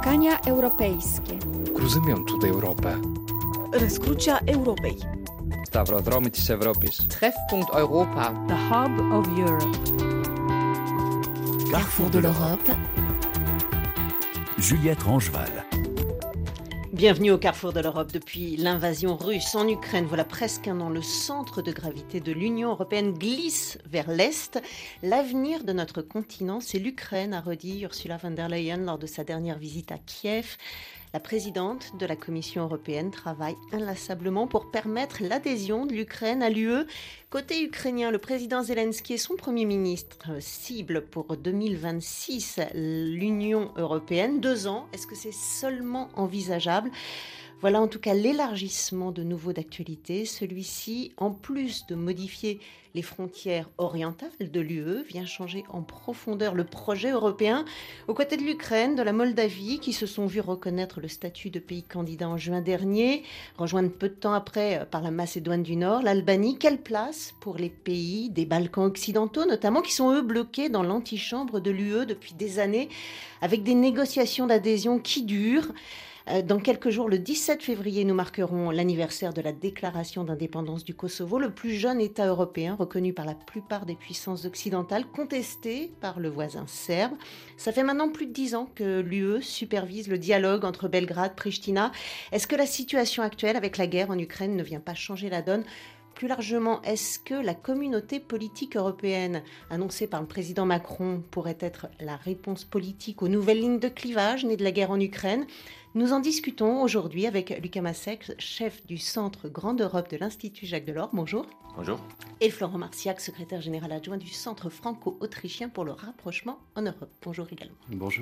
Spotkania europejskie. Cruzymiąt Europę. Răscrucea Europei. Stavrodromy της Ευρώπης. Treffpunkt Europa. The Hub of Europe. Carrefour de l'Europe. Juliette Rangeval. Bienvenue au Carrefour de l'Europe. Depuis l'invasion russe en Ukraine, voilà presque un an, le centre de gravité de l'Union européenne glisse vers l'Est. L'avenir de notre continent, c'est l'Ukraine, a redit Ursula von der Leyen lors de sa dernière visite à Kiev. La présidente de la Commission européenne travaille inlassablement pour permettre l'adhésion de l'Ukraine à l'UE. Côté ukrainien, le président Zelensky et son Premier ministre ciblent pour 2026 l'Union européenne. 2 ans, est-ce que c'est seulement envisageable ? Voilà en tout cas l'élargissement de nouveau d'actualité. Celui-ci, en plus de modifier les frontières orientales de l'UE, vient changer en profondeur le projet européen. Aux côtés de l'Ukraine, de la Moldavie, qui se sont vus reconnaître le statut de pays candidat en juin dernier, rejoindre peu de temps après par la Macédoine du Nord, l'Albanie. Quelle place pour les pays des Balkans occidentaux, notamment, qui sont eux bloqués dans l'antichambre de l'UE depuis des années, avec des négociations d'adhésion qui durent. Dans quelques jours, le 17 février, nous marquerons l'anniversaire de la déclaration d'indépendance du Kosovo, le plus jeune État européen reconnu par la plupart des puissances occidentales, contesté par le voisin serbe. Ça fait maintenant plus de 10 ans que l'UE supervise le dialogue entre Belgrade et Pristina. Est-ce que la situation actuelle avec la guerre en Ukraine ne vient pas changer la donne ? Plus largement, est-ce que la communauté politique européenne annoncée par le président Macron pourrait être la réponse politique aux nouvelles lignes de clivage nées de la guerre en Ukraine ? Nous en discutons aujourd'hui avec Lucas Masek, chef du Centre Grande Europe de l'Institut Jacques Delors. Bonjour. Bonjour. Et Florent Marciac, secrétaire général adjoint du Centre franco-autrichien pour le rapprochement en Europe. Bonjour également. Bonjour.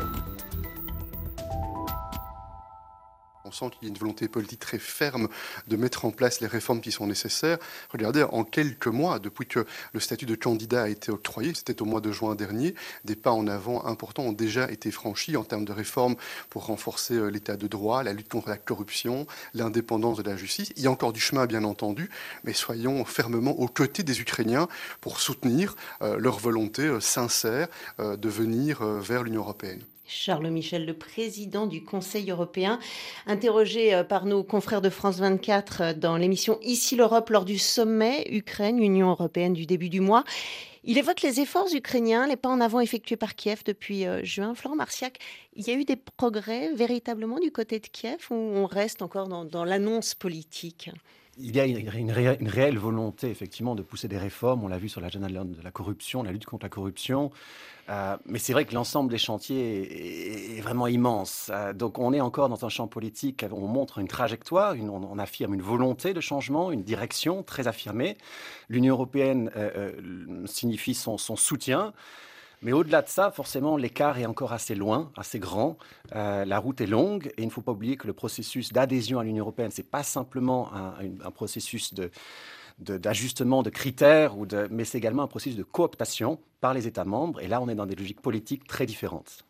On sent qu'il y a une volonté politique très ferme de mettre en place les réformes qui sont nécessaires. Regardez, en quelques mois, depuis que le statut de candidat a été octroyé, c'était au mois de juin dernier, des pas en avant importants ont déjà été franchis en termes de réformes pour renforcer l'état de droit, la lutte contre la corruption, l'indépendance de la justice. Il y a encore du chemin, bien entendu, mais soyons fermement aux côtés des Ukrainiens pour soutenir leur volonté sincère de venir vers l'Union européenne. Charles Michel, le président du Conseil européen, interrogé par nos confrères de France 24 dans l'émission Ici l'Europe lors du sommet Ukraine-Union européenne du début du mois. Il évoque les efforts ukrainiens, les pas en avant effectués par Kiev depuis juin. Florent Marciac, il y a eu des progrès véritablement du côté de Kiev ou on reste encore dans l'annonce politique ? Il y a une réelle volonté, effectivement, de pousser des réformes. On l'a vu sur l'agenda de la corruption, la lutte contre la corruption. Mais c'est vrai que l'ensemble des chantiers est vraiment immense. Donc on est encore dans un champ politique. On montre une trajectoire, on affirme une volonté de changement, une direction très affirmée. L'Union européenne signifie son soutien. Mais au-delà de ça, forcément, l'écart est encore assez loin, assez grand. La route est longue et il ne faut pas oublier que le processus d'adhésion à l'Union européenne, ce n'est pas simplement un processus d'ajustement de critères, mais c'est également un processus de cooptation par les États membres. Et là, on est dans des logiques politiques très différentes.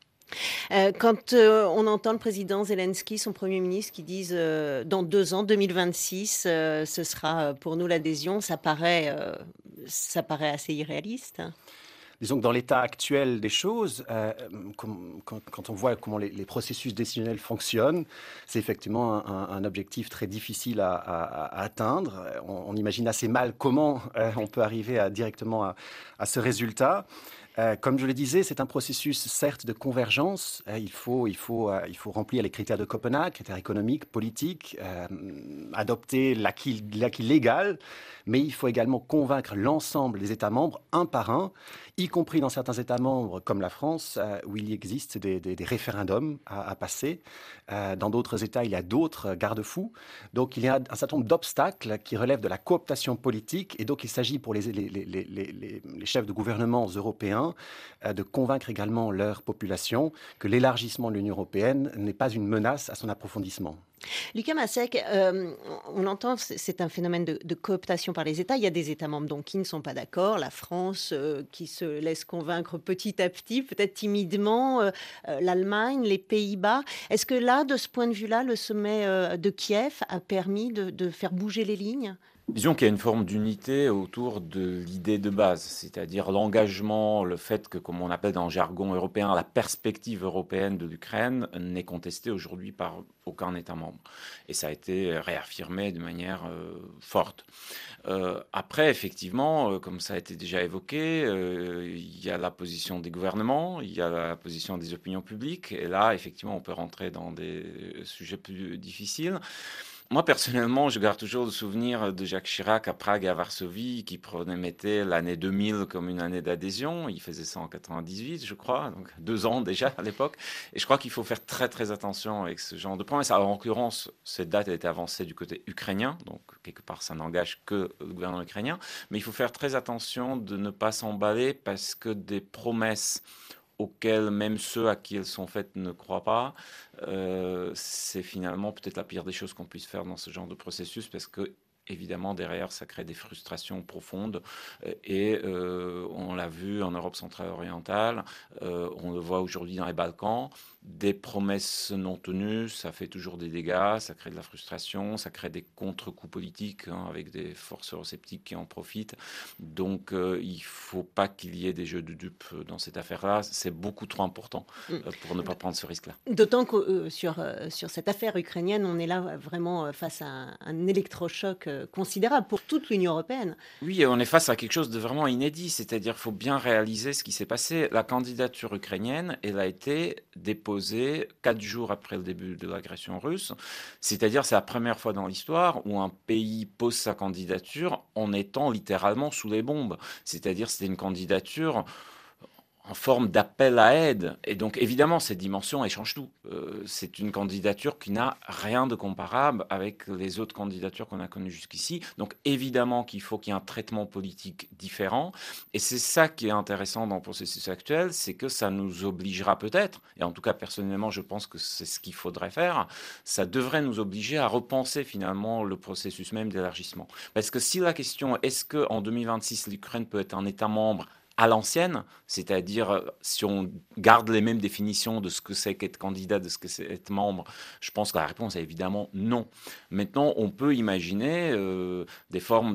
Quand on entend le président Zelensky, son Premier ministre, qui disent dans 2 ans, 2026, ce sera pour nous l'adhésion, ça paraît assez irréaliste. Disons que dans l'état actuel des choses, quand on voit comment les processus décisionnels fonctionnent, c'est effectivement un objectif très difficile à atteindre. On imagine assez mal comment on peut arriver directement à ce résultat. Comme je le disais, c'est un processus certes de convergence. Il faut remplir les critères de Copenhague, critères économiques, politiques, adopter l'acquis légal, mais il faut également convaincre l'ensemble des États membres, un par un, y compris dans certains États membres comme la France, où il existe des référendums à passer. Dans d'autres États, il y a d'autres garde-fous. Donc il y a un certain nombre d'obstacles qui relèvent de la cooptation politique, et donc il s'agit pour les chefs de gouvernements européens de convaincre également leur population que l'élargissement de l'Union européenne n'est pas une menace à son approfondissement. Lucas Masek, on l'entend, c'est un phénomène de cooptation par les États. Il y a des États membres donc, qui ne sont pas d'accord. La France qui se laisse convaincre petit à petit, peut-être timidement. L'Allemagne, les Pays-Bas. Est-ce que là, de ce point de vue-là, le sommet de Kiev a permis de faire bouger les lignes ? Disons qu'il y a une forme d'unité autour de l'idée de base, c'est-à-dire l'engagement, le fait que, comme on appelle dans le jargon européen, la perspective européenne de l'Ukraine n'est contestée aujourd'hui par aucun État membre. Et ça a été réaffirmé de manière forte. Après, effectivement, comme ça a été déjà évoqué, il y a la position des gouvernements, il y a la position des opinions publiques, et là, effectivement, on peut rentrer dans des sujets plus difficiles. Moi, personnellement, je garde toujours le souvenir de Jacques Chirac à Prague et à Varsovie, qui promettait l'année 2000 comme une année d'adhésion. Il faisait ça en 98, je crois, donc 2 ans déjà à l'époque. Et je crois qu'il faut faire très, très attention avec ce genre de promesses. Alors, en l'occurrence, cette date a été avancée du côté ukrainien, donc quelque part, ça n'engage que le gouvernement ukrainien. Mais il faut faire très attention de ne pas s'emballer parce que des promesses auxquelles même ceux à qui elles sont faites ne croient pas, c'est finalement peut-être la pire des choses qu'on puisse faire dans ce genre de processus parce que évidemment, derrière, ça crée des frustrations profondes et on l'a vu en Europe centrale orientale, on le voit aujourd'hui dans les Balkans, des promesses non tenues, ça fait toujours des dégâts, ça crée de la frustration, ça crée des contre-coups politiques avec des forces eurosceptiques qui en profitent. Donc, il ne faut pas qu'il y ait des jeux de dupes dans cette affaire-là. C'est beaucoup trop important pour ne pas prendre ce risque-là. D'autant que sur cette affaire ukrainienne, on est là vraiment face à un électrochoc considérable pour toute l'Union européenne. Oui, on est face à quelque chose de vraiment inédit, c'est-à-dire qu'il faut bien réaliser ce qui s'est passé. La candidature ukrainienne, elle a été déposée 4 jours après le début de l'agression russe, c'est-à-dire c'est la première fois dans l'histoire où un pays pose sa candidature en étant littéralement sous les bombes, c'est-à-dire c'était une candidature en forme d'appel à aide. Et donc, évidemment, cette dimension, elle change tout. C'est une candidature qui n'a rien de comparable avec les autres candidatures qu'on a connues jusqu'ici. Donc, évidemment qu'il faut qu'il y ait un traitement politique différent. Et c'est ça qui est intéressant dans le processus actuel, c'est que ça nous obligera peut-être, et en tout cas, personnellement, je pense que c'est ce qu'il faudrait faire, ça devrait nous obliger à repenser finalement le processus même d'élargissement. Parce que si la question est, est-ce qu'en 2026, l'Ukraine peut être un État membre à l'ancienne, c'est-à-dire si on garde les mêmes définitions de ce que c'est qu'être candidat, de ce que c'est être membre, je pense que la réponse est évidemment non. Maintenant, on peut imaginer des formes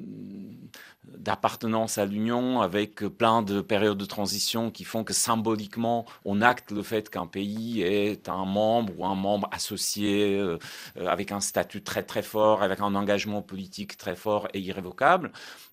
d'appartenance à l'Union avec plein de périodes de transition qui font que symboliquement, on acte le fait qu'un pays est un membre ou un membre associé avec un statut très très fort, avec un engagement politique très fort et irrévocable.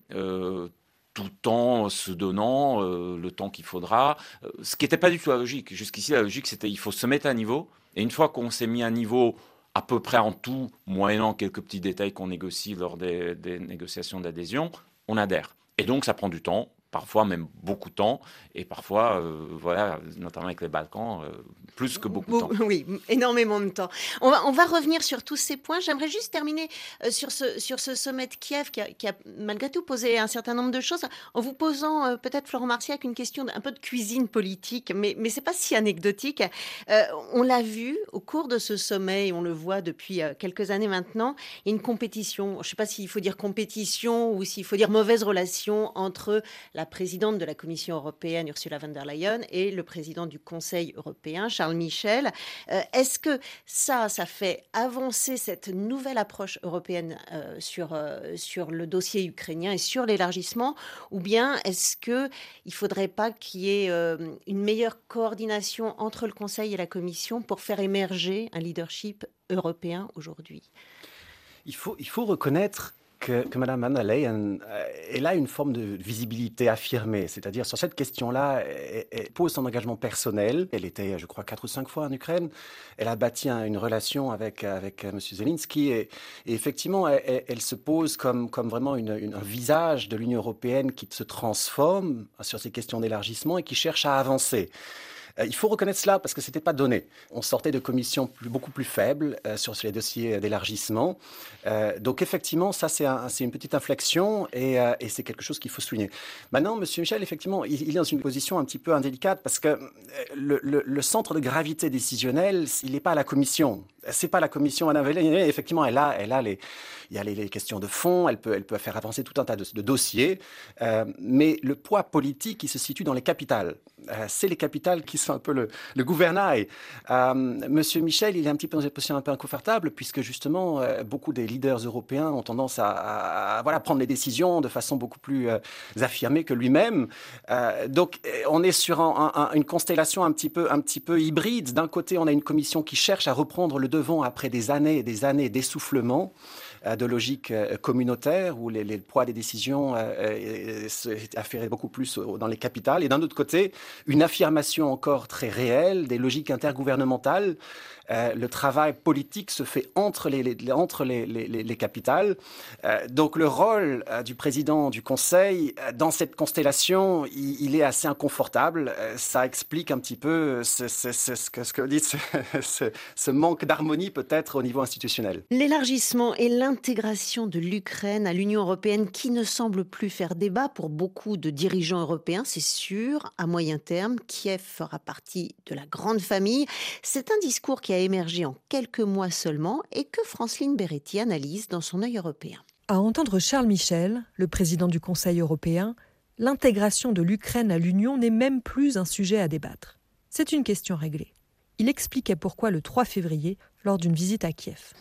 Tout en se donnant le temps qu'il faudra, ce qui n'était pas du tout la logique. Jusqu'ici, la logique, c'était il faut se mettre à niveau, et une fois qu'on s'est mis à niveau à peu près en tout, moyennant quelques petits détails qu'on négocie lors des négociations d'adhésion, on adhère. Et donc, ça prend du temps, parfois même beaucoup de temps, et parfois, voilà, notamment avec les Balkans, plus que beaucoup de temps. Oui, énormément de temps. On va revenir sur tous ces points. J'aimerais juste terminer sur ce sommet de Kiev qui a malgré tout posé un certain nombre de choses, en vous posant peut-être, Florent Marciac, une question un peu de cuisine politique, mais c'est pas si anecdotique. On l'a vu au cours de ce sommet, et on le voit depuis quelques années maintenant, il y a une compétition, je ne sais pas s'il faut dire compétition ou s'il faut dire mauvaise relation entre la présidente de la Commission européenne, Ursula von der Leyen, et le président du Conseil européen, Charles Michel. Est-ce que ça fait avancer cette nouvelle approche européenne sur le dossier ukrainien et sur l'élargissement, ou bien est-ce qu'il ne faudrait pas qu'il y ait une meilleure coordination entre le Conseil et la Commission pour faire émerger un leadership européen aujourd'hui ? Il faut reconnaître que Mme von der Leyen, elle a une forme de visibilité affirmée. C'est-à-dire, sur cette question-là, elle pose son engagement personnel. Elle était, je crois, 4 ou 5 fois en Ukraine. Elle a bâti une relation avec M. Zelensky. Et effectivement, elle se pose comme vraiment un visage de l'Union européenne qui se transforme sur ces questions d'élargissement et qui cherche à avancer. Il faut reconnaître cela parce que ce n'était pas donné. On sortait de commissions beaucoup plus faibles sur les dossiers d'élargissement. Donc effectivement, ça c'est une petite inflexion et c'est quelque chose qu'il faut souligner. Maintenant, M. Michel, effectivement, il est dans une position un petit peu indélicate parce que le centre de gravité décisionnel, il n'est pas à la Commission. C'est pas la commission Madame Vélanier, effectivement, il y a les questions de fond, elle peut faire avancer tout un tas de dossiers, mais le poids politique qui se situe dans les capitales. C'est les capitales qui sont un peu le gouvernail. Monsieur Michel, il est un petit peu dans une position un peu inconfortable, puisque justement, beaucoup des leaders européens ont tendance à prendre les décisions de façon beaucoup plus affirmée que lui-même. Donc, on est sur une constellation un petit peu hybride. D'un côté, on a une commission qui cherche à reprendre le devant après des années et des années d'essoufflement, de logique communautaire où le poids des décisions affairait beaucoup plus dans les capitales. Et d'un autre côté, une affirmation encore très réelle des logiques intergouvernementales. Le travail politique se fait entre les capitales. Donc le rôle du président du Conseil dans cette constellation, il est assez inconfortable. Ça explique un petit peu ce manque d'harmonie peut-être au niveau institutionnel. L'élargissement et l'intégration de l'Ukraine à l'Union européenne qui ne semble plus faire débat pour beaucoup de dirigeants européens, c'est sûr. À moyen terme, Kiev fera partie de la grande famille. C'est un discours qui a émergé en quelques mois seulement et que Franceline Beretti analyse dans son œil européen. À entendre Charles Michel, le président du Conseil européen, l'intégration de l'Ukraine à l'Union n'est même plus un sujet à débattre. C'est une question réglée. Il expliquait pourquoi le 3 février, lors d'une visite à Kiev.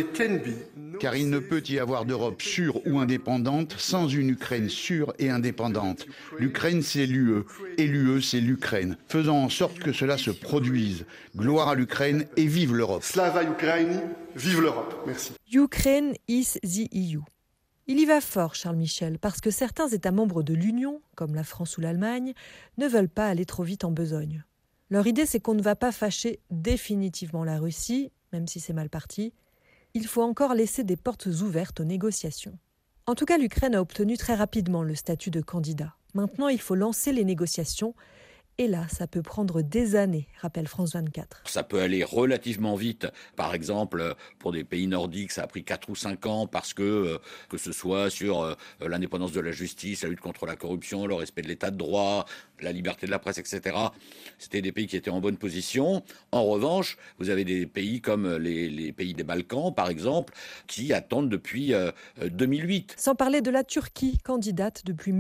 Car il ne peut y avoir d'Europe sûre ou indépendante sans une Ukraine sûre et indépendante. L'Ukraine, c'est l'UE, et l'UE, c'est l'Ukraine. Faisons en sorte que cela se produise. Gloire à l'Ukraine et vive l'Europe. Slava Ukraini, vive l'Europe. Merci. Ukraine is the EU. Il y va fort, Charles Michel, parce que certains États membres de l'Union, comme la France ou l'Allemagne, ne veulent pas aller trop vite en besogne. Leur idée, c'est qu'on ne va pas fâcher définitivement la Russie, même si c'est mal parti. Il faut encore laisser des portes ouvertes aux négociations. En tout cas, l'Ukraine a obtenu très rapidement le statut de candidat. Maintenant, il faut lancer les négociations. Et là, ça peut prendre des années, rappelle France 24. Ça peut aller relativement vite. Par exemple, pour des pays nordiques, ça a pris 4 ou 5 ans parce que ce soit sur l'indépendance de la justice, la lutte contre la corruption, le respect de l'état de droit, la liberté de la presse, etc. C'était des pays qui étaient en bonne position. En revanche, vous avez des pays comme les pays des Balkans, par exemple, qui attendent depuis 2008. Sans parler de la Turquie, candidate depuis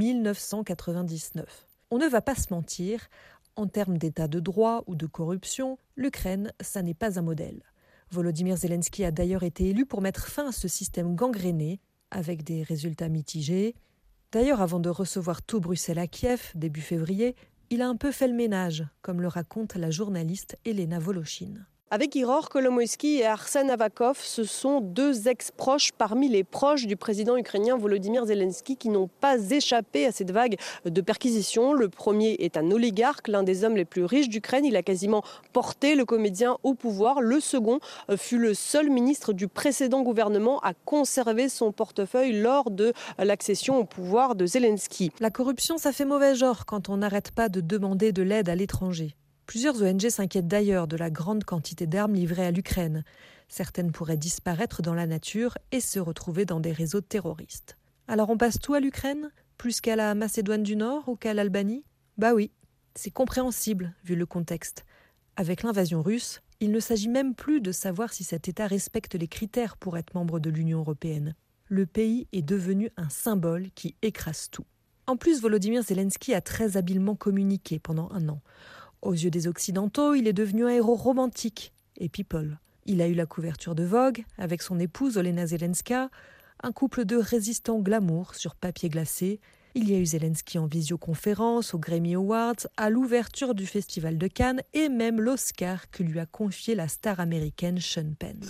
1999. On ne va pas se mentir, en termes d'état de droit ou de corruption, l'Ukraine, ça n'est pas un modèle. Volodymyr Zelensky a d'ailleurs été élu pour mettre fin à ce système gangréné, avec des résultats mitigés. D'ailleurs, avant de recevoir tout Bruxelles à Kiev, début février, il a un peu fait le ménage, comme le raconte la journaliste Elena Voloshin. Avec Ihor Kolomoïski et Arsen Avakov, ce sont deux ex-proches parmi les proches du président ukrainien Volodymyr Zelensky qui n'ont pas échappé à cette vague de perquisitions. Le premier est un oligarque, l'un des hommes les plus riches d'Ukraine. Il a quasiment porté le comédien au pouvoir. Le second fut le seul ministre du précédent gouvernement à conserver son portefeuille lors de l'accession au pouvoir de Zelensky. La corruption, ça fait mauvais genre quand on n'arrête pas de demander de l'aide à l'étranger. Plusieurs ONG s'inquiètent d'ailleurs de la grande quantité d'armes livrées à l'Ukraine. Certaines pourraient disparaître dans la nature et se retrouver dans des réseaux terroristes. Alors on passe tout à l'Ukraine ? Plus qu'à la Macédoine du Nord ou qu'à l'Albanie ? Bah oui, c'est compréhensible vu le contexte. Avec l'invasion russe, il ne s'agit même plus de savoir si cet État respecte les critères pour être membre de l'Union européenne. Le pays est devenu un symbole qui écrase tout. En plus, Volodymyr Zelensky a très habilement communiqué pendant 1 an. Aux yeux des Occidentaux, il est devenu un héros romantique et people. Il a eu la couverture de Vogue avec son épouse Olena Zelenska, un couple de résistants glamour sur papier glacé. Il y a eu Zelensky en visioconférence aux Grammy Awards, à l'ouverture du Festival de Cannes et même l'Oscar que lui a confié la star américaine Sean Penn.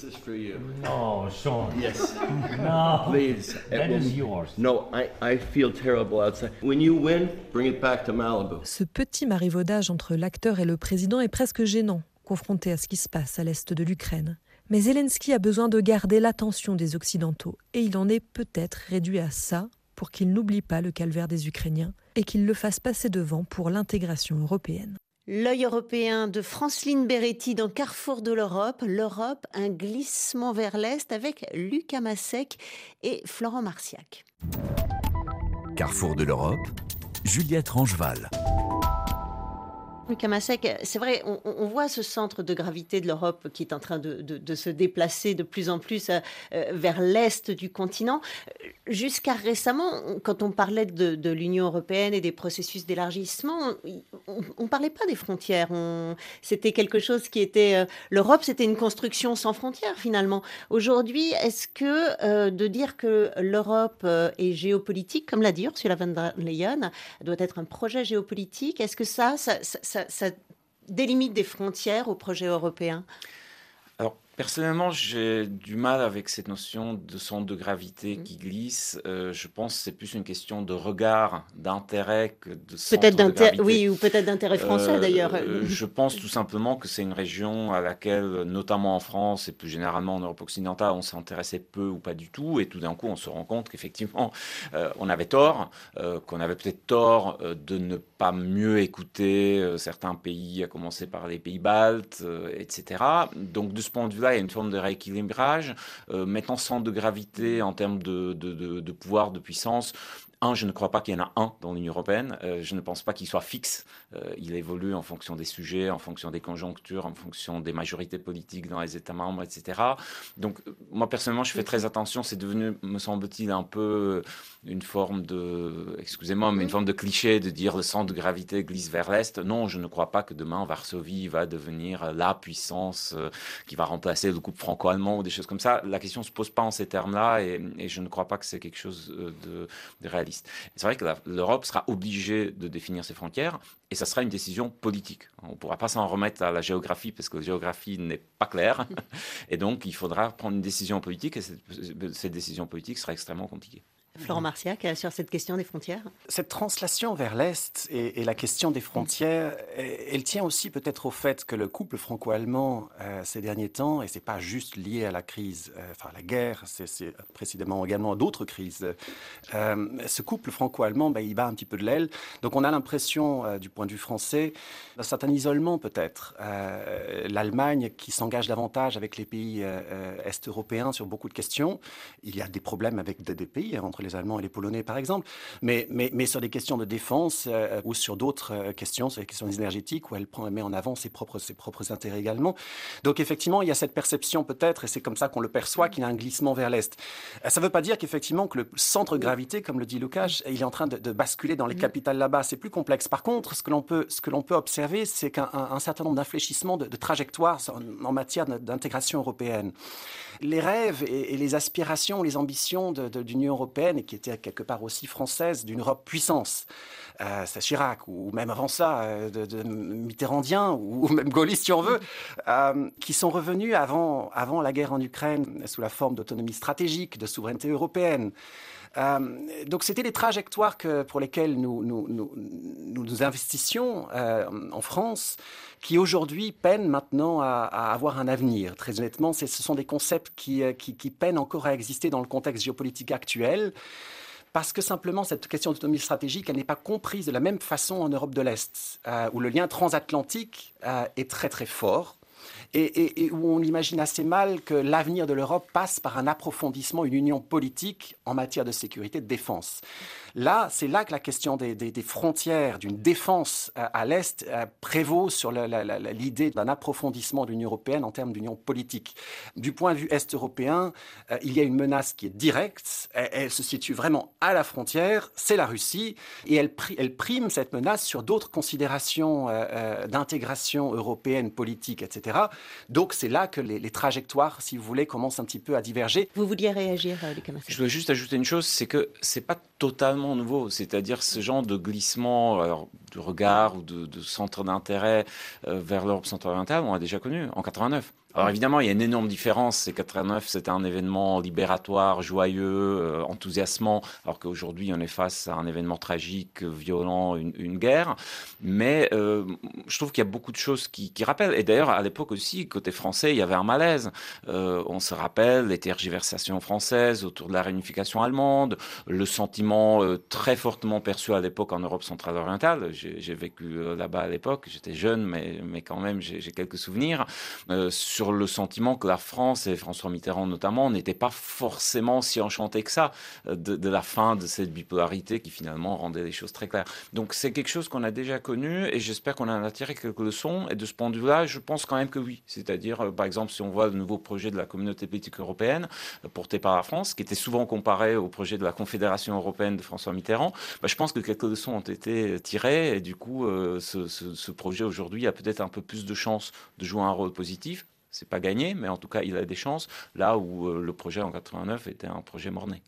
No, Sean. Yes. No. Please. That is yours. No, I feel terrible outside. When you win, bring it back to Malibu. Ce petit marivaudage entre l'acteur et le président est presque gênant, confronté à ce qui se passe à l'est de l'Ukraine. Mais Zelensky a besoin de garder l'attention des Occidentaux et il en est peut-être réduit à ça pour qu'il n'oublie pas le calvaire des Ukrainiens et qu'il le fasse passer devant pour l'intégration européenne. L'œil européen de Franceline Beretti dans Carrefour de l'Europe. L'Europe, un glissement vers l'Est avec Lucas Masek et Florent Marciac. Carrefour de l'Europe, Juliette Rangeval. Lucas Masek, c'est vrai, on voit ce centre de gravité de l'Europe qui est en train de se déplacer de plus en plus vers l'est du continent. Jusqu'à récemment, quand on parlait de l'Union européenne et des processus d'élargissement, on ne parlait pas des frontières. C'était quelque chose qui était... L'Europe, c'était une construction sans frontières, finalement. Aujourd'hui, est-ce que de dire que l'Europe est géopolitique, comme l'a dit Ursula von der Leyen, doit être un projet géopolitique, est-ce que ça délimite des frontières au projet européen? Alors, personnellement, j'ai du mal avec cette notion de centre de gravité qui glisse. Je pense que c'est plus une question de regard, d'intérêt que de centre de gravité. Oui, ou peut-être d'intérêt français d'ailleurs. Je pense tout simplement que c'est une région à laquelle, notamment en France et plus généralement en Europe occidentale, on s'intéressait peu ou pas du tout. Et tout d'un coup, on se rend compte qu'effectivement, on avait tort, qu'on avait peut-être tort de ne pas mieux écouter certains pays, à commencer par les pays baltes, etc. Donc, de ce point de vue-là, il y a une forme de rééquilibrage. Maintenant, centre de gravité en termes de pouvoir, de puissance. Je ne crois pas qu'il y en a un dans l'Union européenne. Je ne pense pas qu'il soit fixe. Il évolue en fonction des sujets, en fonction des conjonctures, en fonction des majorités politiques dans les États membres, etc. Donc, moi, personnellement, je fais très attention. C'est devenu, me semble-t-il, un peu une forme de... Excusez-moi, mais une forme de cliché de dire le centre de gravité glisse vers l'Est. Non, je ne crois pas que demain, Varsovie va devenir la puissance qui va remplacer le couple franco-allemand ou des choses comme ça. La question ne se pose pas en ces termes-là et je ne crois pas que c'est quelque chose de réaliste. C'est vrai que l'Europe sera obligée de définir ses frontières et ça sera une décision politique. On ne pourra pas s'en remettre à la géographie parce que la géographie n'est pas claire et donc il faudra prendre une décision politique et cette décision politique sera extrêmement compliquée. Florent Marciac, sur cette question des frontières. Cette translation vers l'Est et la question des frontières, elle tient aussi peut-être au fait que le couple franco-allemand ces derniers temps, et ce n'est pas juste lié à la crise, à la guerre, c'est précisément également d'autres crises, ce couple franco-allemand, il bat un petit peu de l'aile. Donc on a l'impression, du point de vue français, d'un certain isolement peut-être. L'Allemagne qui s'engage davantage avec les pays est-européens sur beaucoup de questions. Il y a des problèmes avec des pays entre les Allemands et les Polonais, par exemple, mais sur des questions de défense ou sur d'autres questions, sur les questions énergétiques, où elle met en avant ses propres intérêts également. Donc, effectivement, il y a cette perception peut-être, et c'est comme ça qu'on le perçoit, qu'il y a un glissement vers l'Est. Ça ne veut pas dire qu'effectivement, que le centre de gravité, comme le dit Lucas, il est en train de basculer dans les capitales là-bas. C'est plus complexe. Par contre, ce que l'on peut observer, c'est qu'un certain nombre d'infléchissements de trajectoires en matière d'intégration européenne. Les rêves et les aspirations, les ambitions de l'Union européenne, et qui étaient quelque part aussi françaises, d'une Europe puissance, c'est Chirac, ou même avant ça, de Mitterrandien, ou même gaulliste si on veut, qui sont revenus avant la guerre en Ukraine sous la forme d'autonomie stratégique, de souveraineté européenne. Donc c'était des trajectoires pour lesquelles nous investissions en France, qui aujourd'hui peinent maintenant à avoir un avenir. Très honnêtement, ce sont des concepts qui peinent encore à exister dans le contexte géopolitique actuel, parce que simplement cette question d'autonomie stratégique, elle n'est pas comprise de la même façon en Europe de l'Est, où le lien transatlantique est très très fort. Et où on imagine assez mal que l'avenir de l'Europe passe par un approfondissement, une union politique en matière de sécurité et de défense. Là, c'est là que la question des frontières, d'une défense à l'Est prévaut sur l'idée d'un approfondissement de l'Union européenne en termes d'union politique. Du point de vue est-européen, il y a une menace qui est directe, elle se situe vraiment à la frontière, c'est la Russie, et elle prime cette menace sur d'autres considérations d'intégration européenne, politique, etc. Donc c'est là que les trajectoires, si vous voulez, commencent un petit peu à diverger. Vous vouliez réagir, Lucas Masek? Je voulais juste ajouter une chose, c'est que c'est pas totalement nouveau, c'est-à-dire ce genre de glissement de regard ou de centre d'intérêt vers l'Europe centre-orientale, on l'a déjà connu en 89. Alors évidemment, il y a une énorme différence. C'est 89, c'était un événement libératoire, joyeux, enthousiasmant, alors qu'aujourd'hui, on est face à un événement tragique, violent, une guerre. Mais je trouve qu'il y a beaucoup de choses qui rappellent. Et d'ailleurs, à l'époque aussi, côté français, il y avait un malaise. On se rappelle les tergiversations françaises autour de la réunification allemande, le sentiment très fortement perçu à l'époque en Europe centrale orientale. J'ai vécu là-bas à l'époque, j'étais jeune, mais quand même, j'ai quelques souvenirs. sur le sentiment que la France, et François Mitterrand notamment, n'étaient pas forcément si enchantés que ça de la fin de cette bipolarité qui finalement rendait les choses très claires. Donc c'est quelque chose qu'on a déjà connu et j'espère qu'on en a tiré quelques leçons. Et de ce point de vue-là, je pense quand même que oui. C'est-à-dire, par exemple, si on voit le nouveau projet de la communauté politique européenne porté par la France, qui était souvent comparé au projet de la Confédération européenne de François Mitterrand, je pense que quelques leçons ont été tirées et du coup, ce projet aujourd'hui a peut-être un peu plus de chances de jouer un rôle positif. C'est pas gagné, mais en tout cas, il a des chances, là où le projet en 89 était un projet mort-né.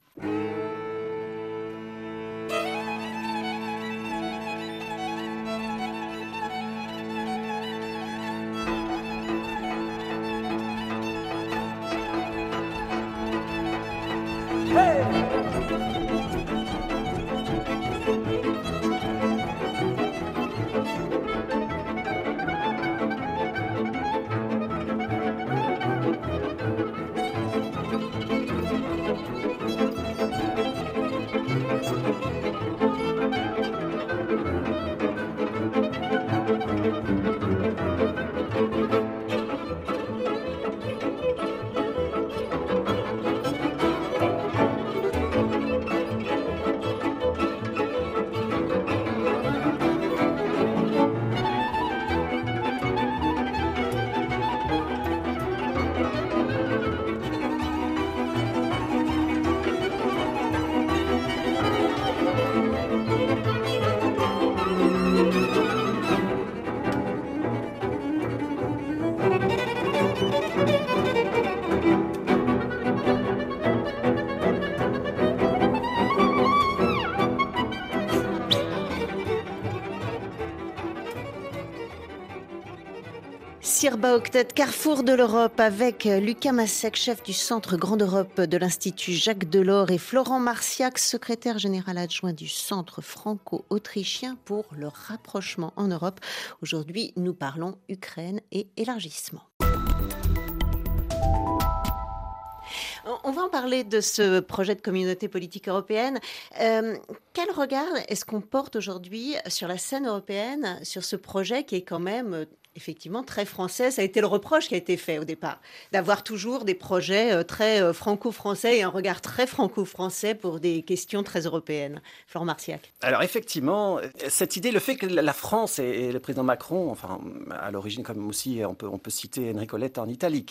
Sirba Octet, Carrefour de l'Europe, avec Lucas Massec, chef du Centre Grande Europe de l'Institut Jacques Delors, et Florent Marciac, secrétaire général adjoint du Centre franco-autrichien pour le rapprochement en Europe. Aujourd'hui, nous parlons Ukraine et élargissement. On va en parler de ce projet de communauté politique européenne. Quel regard est-ce qu'on porte aujourd'hui sur la scène européenne, sur ce projet qui est quand même effectivement très français? Ça a été le reproche qui a été fait au départ, d'avoir toujours des projets très franco-français et un regard très franco-français pour des questions très européennes. Florent Marciac. Alors effectivement, cette idée, le fait que la France et le président Macron, enfin à l'origine comme aussi, on peut citer Enrico Letta en Italie,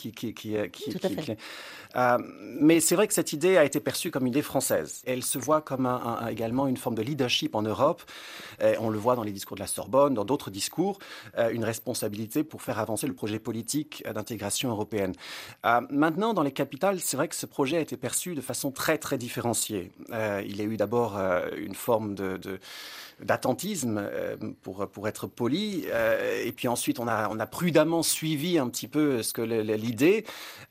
mais c'est vrai que cette idée a été perçue comme une idée française. Elle se voit comme également une forme de leadership en Europe. On le voit dans les discours de la Sorbonne, dans d'autres discours, une responsabilité pour faire avancer le projet politique d'intégration européenne. Maintenant, dans les capitales, c'est vrai que ce projet a été perçu de façon très, très différenciée. Il y a eu d'abord une forme d'attentisme, pour être poli, et puis ensuite on a prudemment suivi un petit peu l'idée.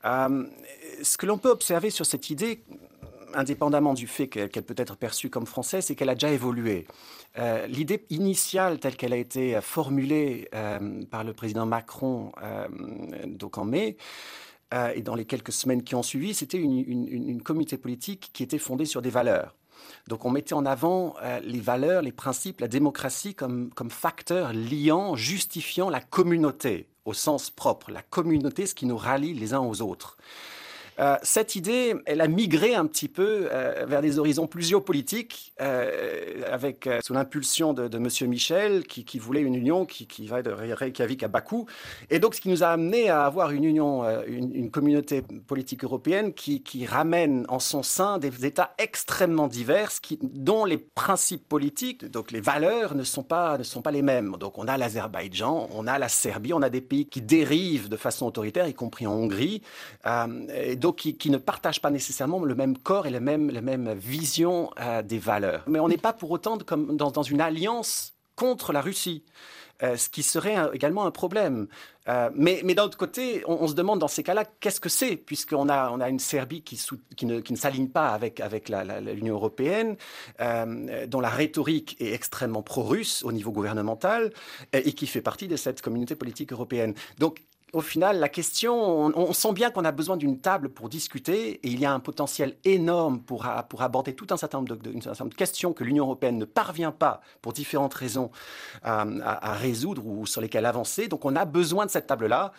Ce que l'on peut observer sur cette idée, indépendamment du fait qu'elle peut être perçue comme française, c'est qu'elle a déjà évolué. L'idée initiale, telle qu'elle a été formulée par le président Macron donc en mai, et dans les quelques semaines qui ont suivi, c'était une communauté politique qui était fondée sur des valeurs. Donc on mettait en avant les valeurs, les principes, la démocratie comme facteur liant, justifiant la communauté au sens propre. La communauté, ce qui nous rallie les uns aux autres. Cette idée, elle a migré un petit peu vers des horizons plus géopolitiques, sous l'impulsion de M. Michel, qui voulait une union qui va de Reykjavik à Bakou. Et donc, ce qui nous a amené à avoir une union, une communauté politique européenne qui ramène en son sein des États extrêmement divers, dont les principes politiques, donc les valeurs, ne sont pas les mêmes. Donc, on a l'Azerbaïdjan, on a la Serbie, on a des pays qui dérivent de façon autoritaire, y compris en Hongrie. Et donc, qui ne partagent pas nécessairement le même corps et la même vision des valeurs. Mais on n'est pas pour autant comme dans une alliance contre la Russie, ce qui serait également un problème. Mais d'un autre côté, on se demande dans ces cas-là, qu'est-ce que c'est? Puisqu'on a une Serbie qui ne s'aligne pas avec l'Union européenne, dont la rhétorique est extrêmement pro-russe au niveau gouvernemental, et qui fait partie de cette communauté politique européenne. Donc, au final, la question, on sent bien qu'on a besoin d'une table pour discuter et il y a un potentiel énorme pour aborder tout un certain nombre de questions que l'Union européenne ne parvient pas, pour différentes raisons, à résoudre ou sur lesquelles avancer. Donc on a besoin de cette table-là.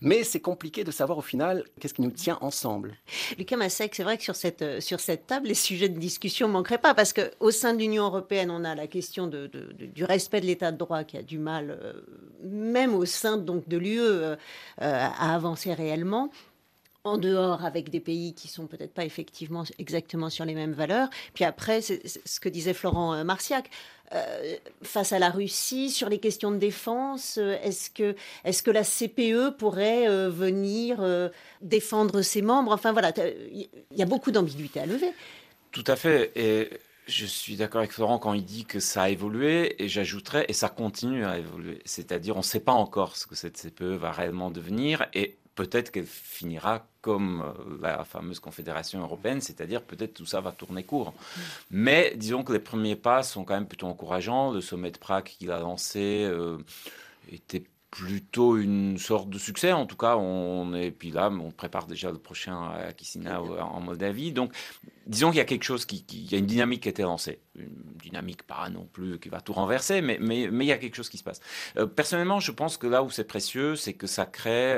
Mais c'est compliqué de savoir au final qu'est-ce qui nous tient ensemble. Lucas Masek, c'est vrai que sur cette table, les sujets de discussion ne manqueraient pas, parce qu'au sein de l'Union européenne, on a la question du respect de l'état de droit qui a du mal, même au sein donc, de l'UE, à avancer réellement. En dehors, avec des pays qui sont peut-être pas effectivement exactement sur les mêmes valeurs. Puis après, c'est ce que disait Florent Marciac, face à la Russie, sur les questions de défense, est-ce que la CPE pourrait venir défendre ses membres? Enfin voilà, il y a beaucoup d'ambiguïté à lever. Tout à fait. Et je suis d'accord avec Florent quand il dit que ça a évolué, et j'ajouterais, et ça continue à évoluer. C'est-à-dire, on ne sait pas encore ce que cette CPE va réellement devenir, et peut-être qu'elle finira comme la fameuse Confédération européenne, c'est-à-dire peut-être tout ça va tourner court. Mais disons que les premiers pas sont quand même plutôt encourageants. Le sommet de Prague qu'il a lancé était plutôt une sorte de succès. En tout cas, puis là, on prépare déjà le prochain à Chisinau en Moldavie. Donc, disons qu'il y a quelque chose, il y a une dynamique qui a été lancée. Une dynamique pas non plus qui va tout renverser, mais il y a quelque chose qui se passe. Personnellement, je pense que là où c'est précieux, c'est que ça crée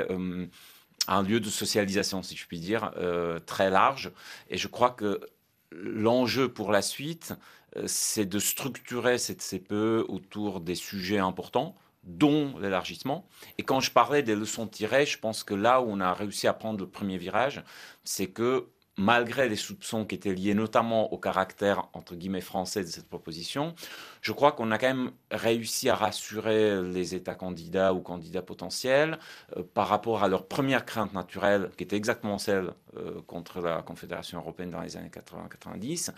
un lieu de socialisation, si je puis dire, très large. Et je crois que l'enjeu pour la suite, c'est de structurer cette CPE autour des sujets importants, dont l'élargissement. Et quand je parlais des leçons tirées, je pense que là où on a réussi à prendre le premier virage, c'est que malgré les soupçons qui étaient liés notamment au caractère, entre guillemets, français de cette proposition, je crois qu'on a quand même réussi à rassurer les États candidats ou candidats potentiels par rapport à leur première crainte naturelle, qui était exactement celle contre la Confédération européenne dans les années 80-90,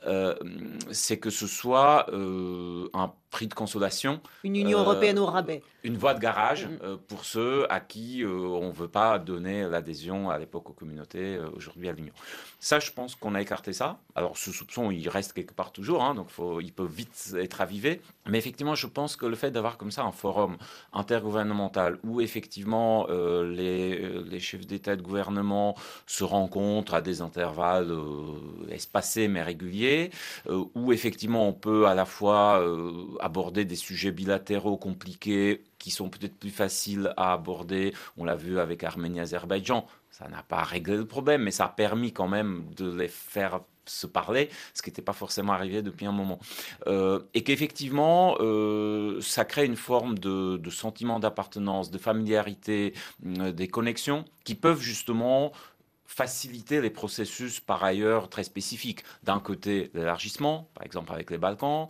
c'est que ce soit un prix de consolation. Une Union européenne au rabais. Une voie de garage pour ceux à qui on ne veut pas donner l'adhésion à l'époque aux communautés, aujourd'hui à l'Union. Ça, je pense qu'on a écarté ça. Alors, ce soupçon, il reste quelque part toujours, hein, donc il peut vite être avivé. Mais effectivement, je pense que le fait d'avoir comme ça un forum intergouvernemental où effectivement les chefs d'État et de gouvernement se rencontrent à des intervalles espacés mais réguliers, où effectivement on peut à la fois aborder des sujets bilatéraux compliqués qui sont peut-être plus faciles à aborder. On l'a vu avec Arménie-Azerbaïdjan. Ça n'a pas réglé le problème, mais ça a permis quand même de les faire se parler, ce qui n'était pas forcément arrivé depuis un moment. Et qu'effectivement, ça crée une forme de sentiment d'appartenance, de familiarité, des connexions qui peuvent justement faciliter les processus par ailleurs très spécifiques. D'un côté, l'élargissement, par exemple avec les Balkans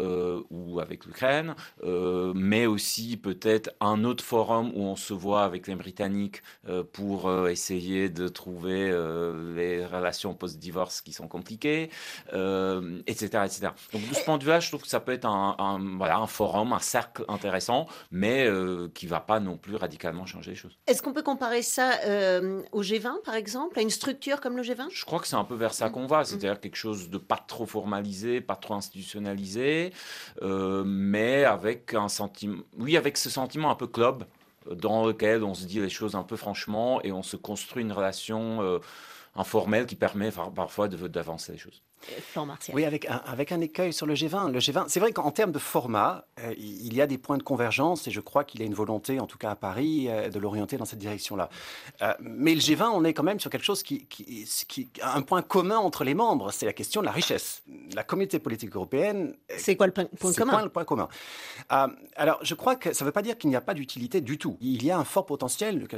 ou avec l'Ukraine, mais aussi peut-être un autre forum où on se voit avec les Britanniques pour essayer de trouver les relations post-divorce qui sont compliquées, etc., etc. Donc de ce point de vue-là, je trouve que ça peut être un forum, un cercle intéressant, mais qui ne va pas non plus radicalement changer les choses. Est-ce qu'on peut comparer ça au G20, par exemple, à une structure comme le G20 ? Je crois que c'est un peu vers ça qu'on va, c'est-à-dire quelque chose de pas trop formalisé, pas trop institutionnalisé, mais avec un sentiment, avec ce sentiment un peu club, dans lequel on se dit les choses un peu franchement et on se construit une relation informelle qui permet parfois d'avancer les choses. Oui, avec un écueil sur le G20. Le G20, c'est vrai qu'en termes de format, il y a des points de convergence et je crois qu'il y a une volonté, en tout cas à Paris, de l'orienter dans cette direction-là. Mais le G20, on est quand même sur quelque chose qui a un point commun entre les membres, c'est la question de la richesse. La communauté politique européenne... C'est quoi le point commun ? Le point commun. Alors, je crois que ça ne veut pas dire qu'il n'y a pas d'utilité du tout. Il y a un fort potentiel, Lucas